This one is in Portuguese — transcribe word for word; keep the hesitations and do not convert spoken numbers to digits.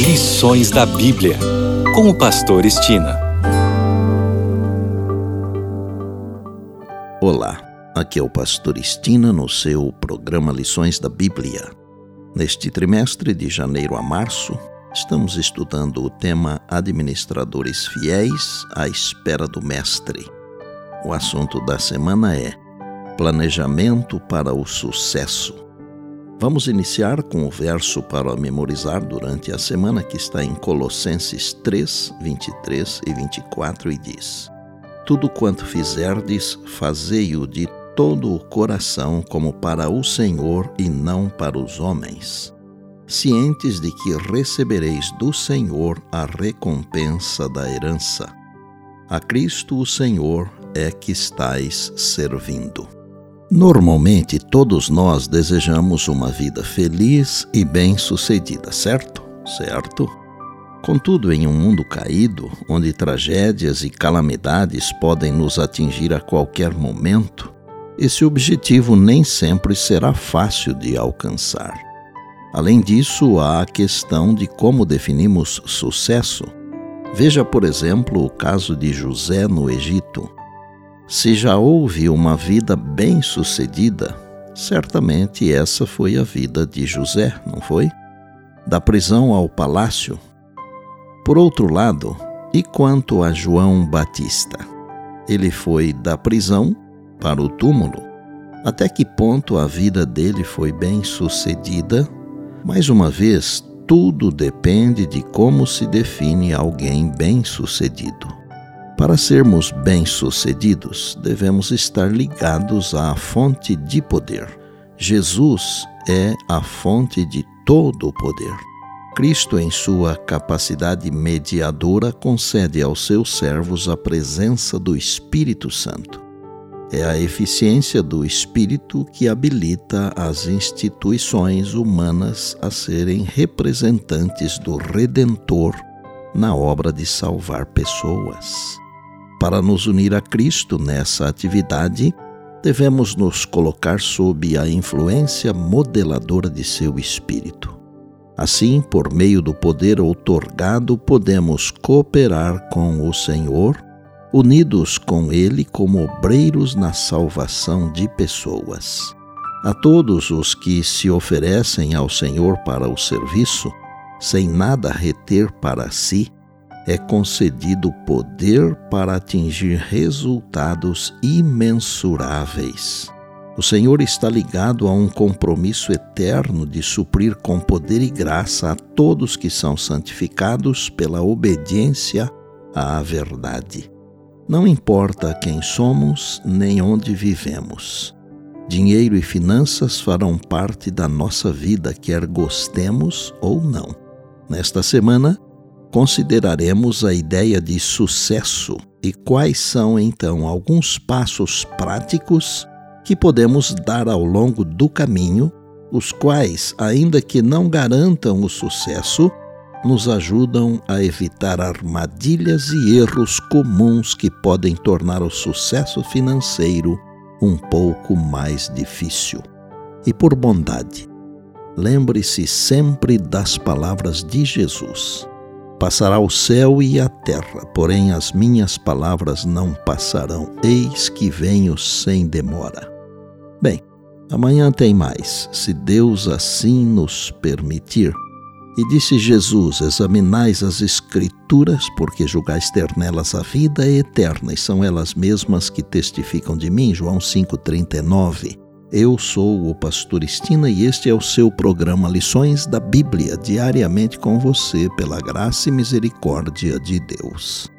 Lições da Bíblia, com o pastor Estina. Olá, aqui é o pastor Estina no seu programa Lições da Bíblia. Neste trimestre, de janeiro a março, estamos estudando o tema Administradores Fiéis à Espera do Mestre. O assunto da semana é Planejamento para o Sucesso. Vamos iniciar com o verso para memorizar durante a semana, que está em Colossenses três, vinte e três e vinte e quatro, e diz: Tudo quanto fizerdes, fazei-o de todo o coração, como para o Senhor e não para os homens, cientes de que recebereis do Senhor a recompensa da herança. A Cristo o Senhor é que estais servindo. Normalmente, todos nós desejamos uma vida feliz e bem-sucedida, certo? Certo? Contudo, em um mundo caído, onde tragédias e calamidades podem nos atingir a qualquer momento, esse objetivo nem sempre será fácil de alcançar. Além disso, há a questão de como definimos sucesso. Veja, por exemplo, o caso de José no Egito. Se já houve uma vida bem-sucedida, certamente essa foi a vida de José, não foi? Da prisão ao palácio. Por outro lado, e quanto a João Batista? Ele foi da prisão para o túmulo. Até que ponto a vida dele foi bem-sucedida? Mais uma vez, tudo depende de como se define alguém bem-sucedido. Para sermos bem-sucedidos, devemos estar ligados à fonte de poder. Jesus é a fonte de todo o poder. Cristo, em sua capacidade mediadora, concede aos seus servos a presença do Espírito Santo. É a eficiência do Espírito que habilita as instituições humanas a serem representantes do Redentor na obra de salvar pessoas. Para nos unir a Cristo nessa atividade, devemos nos colocar sob a influência modeladora de seu Espírito. Assim, por meio do poder outorgado, podemos cooperar com o Senhor, unidos com Ele como obreiros na salvação de pessoas. A todos os que se oferecem ao Senhor para o serviço, sem nada reter para si, é concedido poder para atingir resultados imensuráveis. O Senhor está ligado a um compromisso eterno de suprir com poder e graça a todos que são santificados pela obediência à verdade. Não importa quem somos nem onde vivemos. Dinheiro e finanças farão parte da nossa vida, quer gostemos ou não. Nesta semana, consideraremos a ideia de sucesso e quais são, então, alguns passos práticos que podemos dar ao longo do caminho, os quais, ainda que não garantam o sucesso, nos ajudam a evitar armadilhas e erros comuns que podem tornar o sucesso financeiro um pouco mais difícil. E por bondade, lembre-se sempre das palavras de Jesus. Passará o céu e a terra, porém as minhas palavras não passarão. Eis que venho sem demora. Bem, amanhã tem mais, se Deus assim nos permitir. E disse Jesus: examinais as Escrituras, porque julgais ter nelas a vida eterna, e são elas mesmas que testificam de mim. João cinco, trinta e nove. Eu sou o pastor Estina e este é o seu programa Lições da Bíblia, diariamente com você, pela graça e misericórdia de Deus.